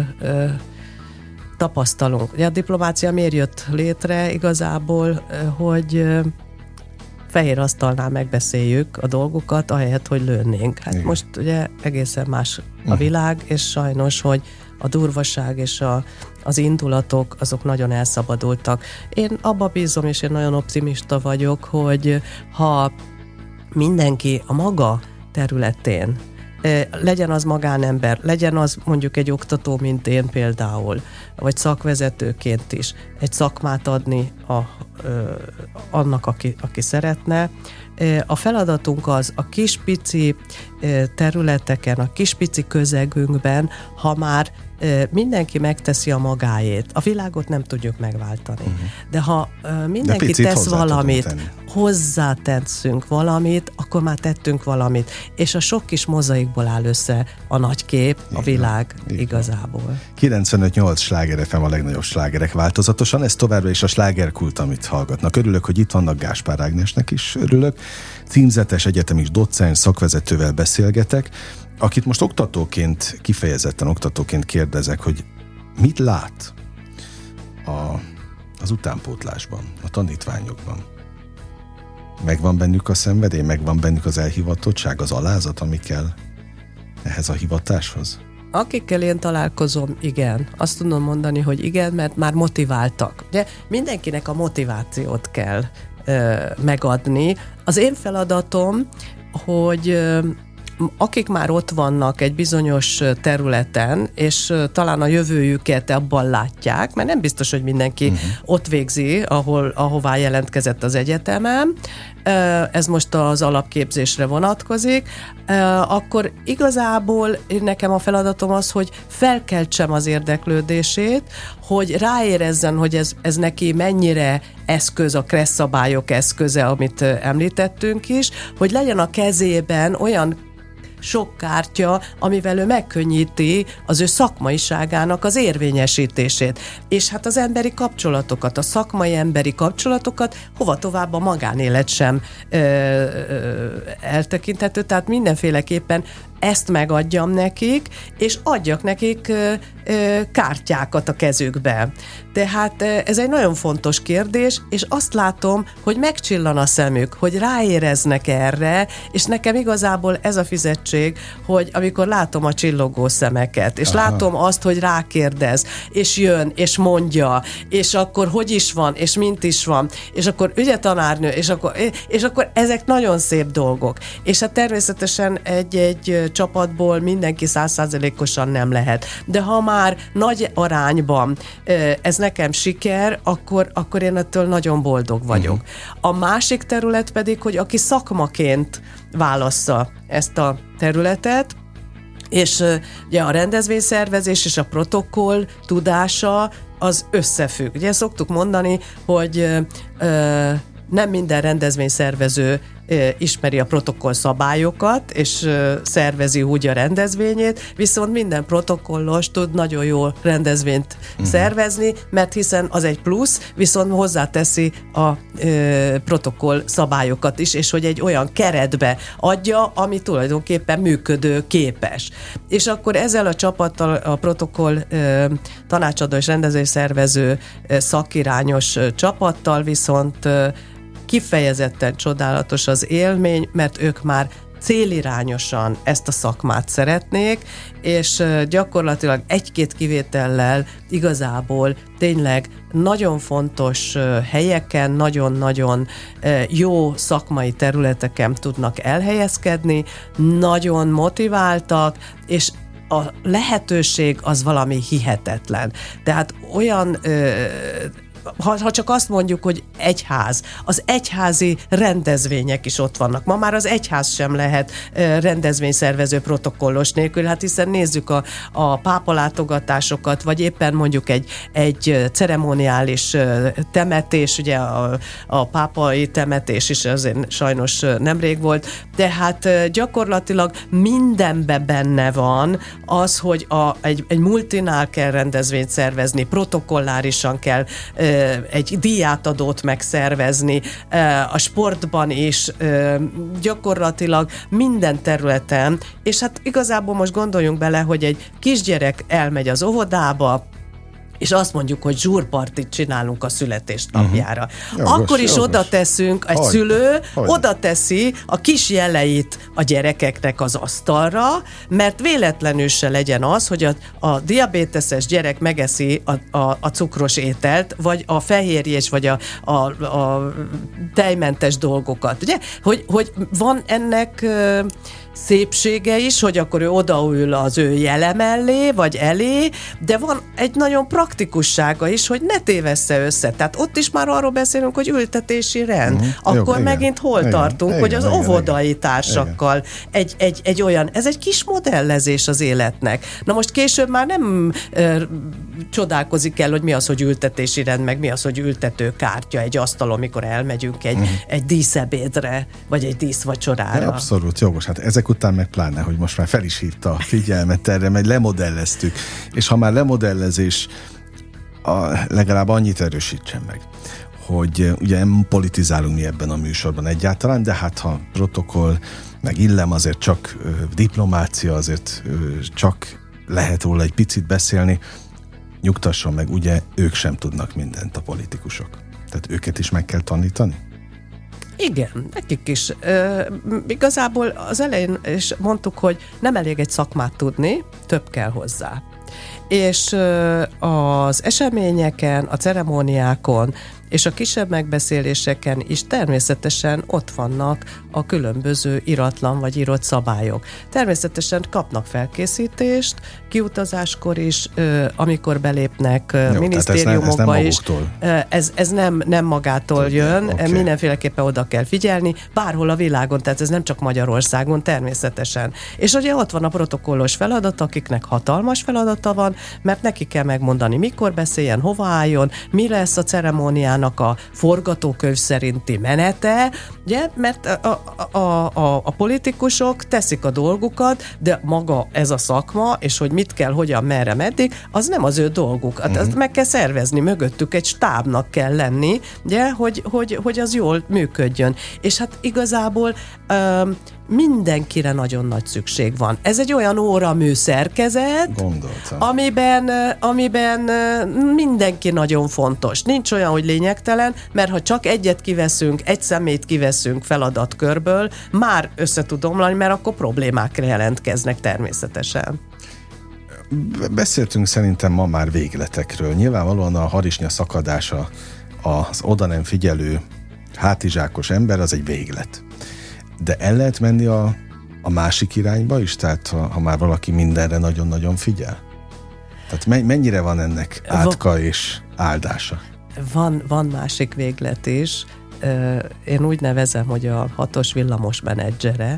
tapasztalunk. Ugye a diplomácia miért jött létre igazából, hogy fehér asztalnál megbeszéljük a dolgokat, ahelyett, hogy lőnénk. Hát igen. Most ugye egészen más a világ, és sajnos, hogy a durvaság és a, az indulatok, azok nagyon elszabadultak. Én abba bízom, és én nagyon optimista vagyok, hogy ha mindenki a maga területén, legyen az magánember, legyen az mondjuk egy oktató, mint én például, vagy szakvezetőként is, egy szakmát adni a, ö, annak, aki, aki szeretne. A feladatunk az a kispici területeken, a kispici közegünkben, ha már mindenki megteszi a magáét, a világot nem tudjuk megváltani. Uh-huh. De ha mindenki De tesz valamit, hozzáteszünk valamit, akkor már tettünk valamit. És a sok kis mozaikból áll össze a nagy kép, a világ Igen. igazából. kilencvenöt nyolc Sláger ef em a legnagyobb slágerek változatosan, ez továbbra is a slágerkult, amit hallgatnak. Örülök, hogy itt vannak, Gáspár Ágnesnek is örülök. Címzetes egyetemis docens, szakvezetővel beszélgetek, akit most oktatóként, kifejezetten oktatóként kérdezek, hogy mit lát a, az utánpótlásban, a tanítványokban? Megvan bennük a szenvedély, megvan bennük az elhivatottság, az alázat, ami kell ehhez a hivatáshoz? Akikkel én találkozom, igen. Azt tudom mondani, hogy igen, mert már motiváltak. Ugye mindenkinek a motivációt kell ö, megadni. Az én feladatom, hogy ö, akik már ott vannak egy bizonyos területen, és talán a jövőjüket abban látják, mert nem biztos, hogy mindenki uh-huh. ott végzi, ahol, ahová jelentkezett az egyetemen, ez most az alapképzésre vonatkozik, akkor igazából nekem a feladatom az, hogy felkeltsem az érdeklődését, hogy ráérezzen, hogy ez, ez neki mennyire eszköz, a kressz szabályok eszköze, amit említettünk is, hogy legyen a kezében olyan sok kártya, amivel ő megkönnyíti az ő szakmaiságának az érvényesítését. És hát az emberi kapcsolatokat, a szakmai emberi kapcsolatokat hova tovább a magánélet sem ö, ö, eltekinthető, tehát mindenféleképpen ezt megadjam nekik, és adjak nekik ö, ö, kártyákat a kezükbe. Tehát ez egy nagyon fontos kérdés, és azt látom, hogy megcsillan a szemük, hogy ráéreznek erre, és nekem igazából ez a fizetség, hogy amikor látom a csillogó szemeket, és Aha. látom azt, hogy rákérdez, és jön, és mondja, és akkor hogy is van, és mint is van, és akkor ugye tanárnő, és akkor, és akkor ezek nagyon szép dolgok. És hát természetesen egy-egy csapatból mindenki száz százalékosan nem lehet. De ha már nagy arányban ez nekem siker, akkor, akkor én ettől nagyon boldog vagyok. Uh-huh. A másik terület pedig, hogy aki szakmaként válassza ezt a területet, és ugye a rendezvényszervezés és a protokoll tudása az összefügg. Ugye szoktuk mondani, hogy ö, nem minden rendezvényszervező ismeri a protokoll szabályokat, és szervezi úgy a rendezvényét, viszont minden protokollos tud nagyon jól rendezvényt uh-huh. szervezni, mert hiszen az egy plusz, viszont hozzáteszi a ö, protokoll szabályokat is, és hogy egy olyan keretbe adja, ami tulajdonképpen működő képes. És akkor ezzel a csapattal, a protokoll ö, tanácsadó és rendezvényszervező ö, szakirányos ö, csapattal viszont ö, kifejezetten csodálatos az élmény, mert ők már célirányosan ezt a szakmát szeretnék, és gyakorlatilag egy-két kivétellel igazából tényleg nagyon fontos helyeken, nagyon-nagyon jó szakmai területeken tudnak elhelyezkedni, nagyon motiváltak, és a lehetőség az valami hihetetlen. Tehát olyan Ha, ha csak azt mondjuk, hogy egyház, az egyházi rendezvények is ott vannak. Ma már az egyház sem lehet uh, rendezvényszervező protokollos nélkül, hát hiszen nézzük a, a pápalátogatásokat, vagy éppen mondjuk egy, egy ceremoniális uh, temetés, ugye a, a pápai temetés is azért sajnos uh, nemrég volt, de hát uh, gyakorlatilag mindenben benne van az, hogy a, egy, egy multinál kell rendezvényt szervezni, protokollárisan kell uh, egy díjátadót megszervezni, a sportban is, gyakorlatilag minden területen, és hát igazából most gondoljunk bele, hogy egy kisgyerek elmegy az óvodába, és azt mondjuk, hogy zsúrpartit csinálunk a születésnapjára. Uh-huh. Jogos, Akkor is jogos. oda teszünk, egy Hogy? szülő Hogy? oda teszi a kis jeleit a gyerekeknek az asztalra, mert véletlenül se legyen az, hogy a, a diabéteses gyerek megeszi a, a, a cukros ételt, vagy a fehérjés, vagy a, a, a tejmentes dolgokat. Ugye? Hogy, hogy van ennek szépsége is, hogy akkor ő odaül az ő jele mellé, vagy elé, de van egy nagyon praktikussága is, hogy ne tévessze össze. Tehát ott is már arról beszélünk, hogy ültetési rend. Uh-huh. Akkor Jó, megint igen, hol igen, tartunk, igen, hogy az igen, óvodai igen, társakkal egy, egy, egy olyan, ez egy kis modellezés az életnek. Na most később már nem ö, csodálkozik el, hogy mi az, hogy ültetési rend, meg mi az, hogy ültető kártya egy asztalon, mikor elmegyünk egy, uh-huh. egy díszebédre, vagy egy díszvacsorára. Abszolút jogos. Hát ezek után meg pláne, hogy most már fel is hívta a figyelmet erre, mert lemodelleztük. És ha már lemodellezés, a, legalább annyit erősítsen meg, hogy ugye nem politizálunk mi ebben a műsorban egyáltalán, de hát ha protokoll, meg illem, azért csak ö, diplomácia, azért ö, csak lehet róla egy picit beszélni, nyugtasson meg, ugye ők sem tudnak mindent, a politikusok. Tehát őket is meg kell tanítani? Igen, nekik is. Uh, igazából az elején is mondtuk, hogy nem elég egy szakmát tudni, több kell hozzá. És uh, az eseményeken, a ceremóniákon és a kisebb megbeszéléseken is természetesen ott vannak a különböző iratlan vagy írott szabályok. Természetesen kapnak felkészítést, kiutazáskor is, amikor belépnek Jó, minisztériumokba is. Ez, ez nem, nem magától Tudja, jön, okay. Mindenféleképpen oda kell figyelni, bárhol a világon, tehát ez nem csak Magyarországon, természetesen. És ugye ott van a protokollos feladat, akiknek hatalmas feladata van, mert neki kell megmondani, mikor beszéljen, hova álljon, mi lesz a ceremónián politikának a forgatókönyv szerinti menete, ugye, mert a, a, a, a politikusok teszik a dolgukat, de maga ez a szakma, és hogy mit kell, hogyan, merre, meddig, az nem az ő dolguk. Hát uh-huh. Azt meg kell szervezni, mögöttük egy stábnak kell lenni, ugye, hogy, hogy, hogy az jól működjön. És hát igazából um, mindenkire nagyon nagy szükség van. Ez egy olyan óramű szerkezet, Gondoltam. amiben, amiben mindenki nagyon fontos. Nincs olyan, hogy lényegtelen, mert ha csak egyet kiveszünk, egy szemét kiveszünk feladatkörből, már össze tud omlani, mert akkor problémák jelentkeznek természetesen. Beszéltünk szerintem ma már végletekről. Nyilvánvalóan a harisnya szakadása, az oda nem figyelő hátizsákos ember az egy véglet. De el lehet menni a, a másik irányba is? Tehát ha, ha már valaki mindenre nagyon-nagyon figyel? Tehát mennyire van ennek átka és áldása? Van, van másik véglet is. Én úgy nevezem, hogy a hatos villamos menedzsere,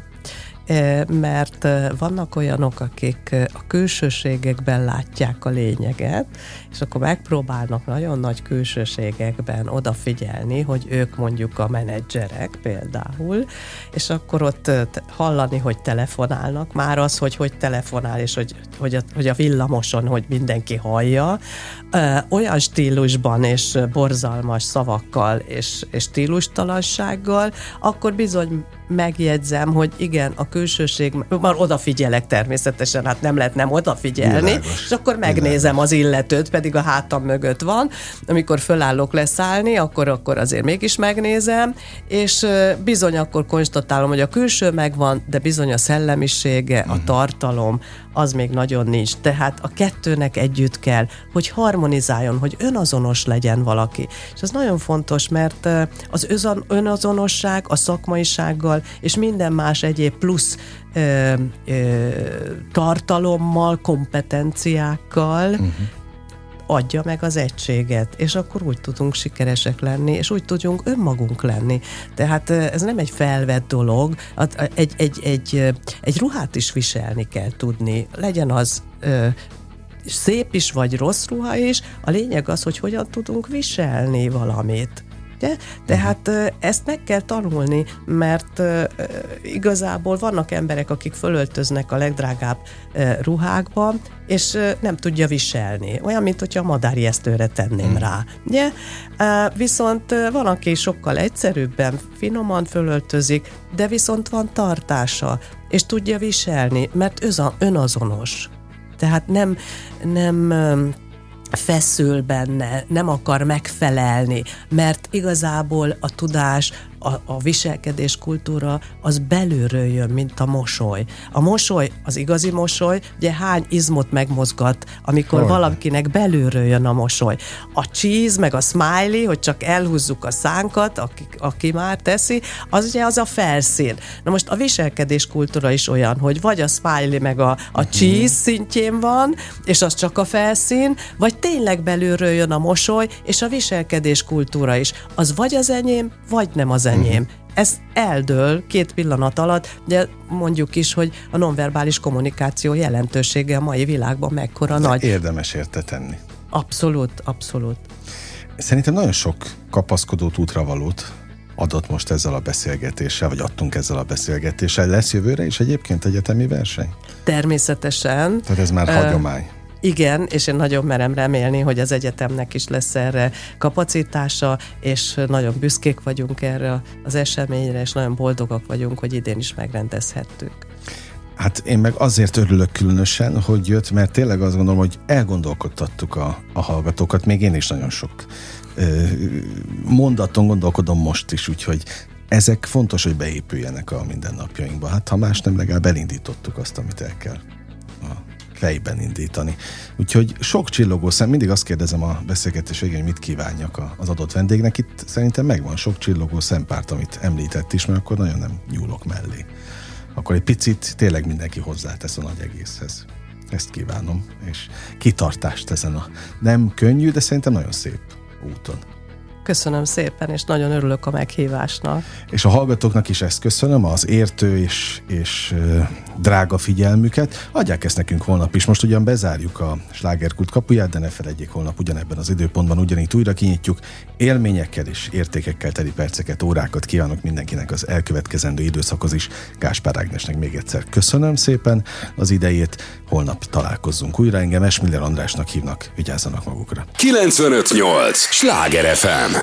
mert vannak olyanok, akik a külsőségekben látják a lényeget, és akkor megpróbálnak nagyon nagy külsőségekben odafigyelni, hogy ők mondjuk a menedzserek például, és akkor ott hallani, hogy telefonálnak, már az, hogy hogy telefonál, és hogy, hogy, a, hogy a villamoson, hogy mindenki hallja, olyan stílusban és borzalmas szavakkal és, és stílustalansággal, akkor bizony megjegyzem, hogy igen, a külsőség, már odafigyelek természetesen, hát nem lehet nem odafigyelni, Világos. És akkor megnézem Világos. Az illetőt, pedig a hátam mögött van, amikor fölállok leszállni, akkor, akkor azért mégis megnézem, és bizony akkor konstatálom, hogy a külső megvan, de bizony a szellemisége, a tartalom, az még nagyon nincs. Tehát a kettőnek együtt kell, hogy harmonizáljon, hogy önazonos legyen valaki. És ez nagyon fontos, mert az önazonosság a szakmaisággal és minden más egyéb plusz ö, ö, tartalommal, kompetenciákkal uh-huh. adja meg az egységet, és akkor úgy tudunk sikeresek lenni, és úgy tudjunk önmagunk lenni. Tehát ez nem egy felvett dolog, egy, egy, egy, egy ruhát is viselni kell tudni. Legyen az ö, szép is, vagy rossz ruha is, a lényeg az, hogy hogyan tudunk viselni valamit. De? Tehát uh-huh. ezt meg kell tanulni, mert uh, igazából vannak emberek, akik fölöltöznek a legdrágább uh, ruhákba, és uh, nem tudja viselni. Olyan, mint hogyha a madárjesztőre tenném uh-huh. rá. Ugye? Uh, viszont uh, van, aki sokkal egyszerűbben, finoman fölöltözik, de viszont van tartása, és tudja viselni, mert önazonos. Tehát nem, nem feszül benne, nem akar megfelelni, mert igazából a tudás, a, a viselkedés kultúra az belülről jön, mint a mosoly. A mosoly, az igazi mosoly, ugye hány izmot megmozgat, amikor Hol. valakinek belülről jön a mosoly. A cheese, meg a smiley, hogy csak elhúzzuk a szánkat, aki, aki már teszi, az ugye az a felszín. Na most a viselkedés kultúra is olyan, hogy vagy a smiley meg a, a cheese szintjén van, és az csak a felszín, vagy tényleg belülről jön a mosoly, és a viselkedés kultúra is. Az vagy az enyém, vagy nem az enyém. Uh-huh. Ez eldől két pillanat alatt, de mondjuk is, hogy a nonverbális kommunikáció jelentősége a mai világban mekkora nagy. Érdemes érte tenni. Abszolút, abszolút. Szerintem nagyon sok kapaszkodót, útravalót adott most ezzel a beszélgetéssel, vagy adtunk ezzel a beszélgetéssel. Lesz jövőre is egyébként egyetemi verseny? Természetesen. Tehát ez már uh, hagyomány. Igen, és én nagyon merem remélni, hogy az egyetemnek is lesz erre kapacitása, és nagyon büszkék vagyunk erre az eseményre, és nagyon boldogak vagyunk, hogy idén is megrendezhettük. Hát én meg azért örülök különösen, hogy jött, mert tényleg azt gondolom, hogy elgondolkodtattuk a, a hallgatókat, még én is nagyon sok ö, mondaton gondolkodom most is, úgyhogy ezek fontos, hogy beépüljenek a mindennapjainkba. Hát ha más nem, legalább elindítottuk azt, amit el kell fejben indítani. Úgyhogy sok csillogó szem, mindig azt kérdezem a beszélgetés végén, hogy mit kívánjak az adott vendégnek. Itt szerintem megvan sok csillogó szempárt, amit említett is, mert akkor nagyon nem nyúlok mellé. Akkor egy picit tényleg mindenki hozzátesz a nagy egészhez. Ezt kívánom, és kitartást ezen a nem könnyű, de szerintem nagyon szép úton. Köszönöm szépen, és nagyon örülök a meghívásnak. És a hallgatóknak is ezt köszönöm, az értő és, és uh, drága figyelmüket. Adják ezt nekünk holnap is. Most ugyan bezárjuk a Slágerkult kapuját, de ne felejtjék, holnap ugyanebben az időpontban ugyanígy újra kinyitjuk. Élményekkel és értékekkel teli perceket, órákat kívánok mindenkinek az elkövetkezendő időszakhoz is. Gáspár Ágnesnek még egyszer köszönöm szépen az idejét. Holnap találkozzunk újra. Engem Esmiller Andrásnak hívnak. Vigyázzanak magukra. kilencvenöt nyolc Sláger ef em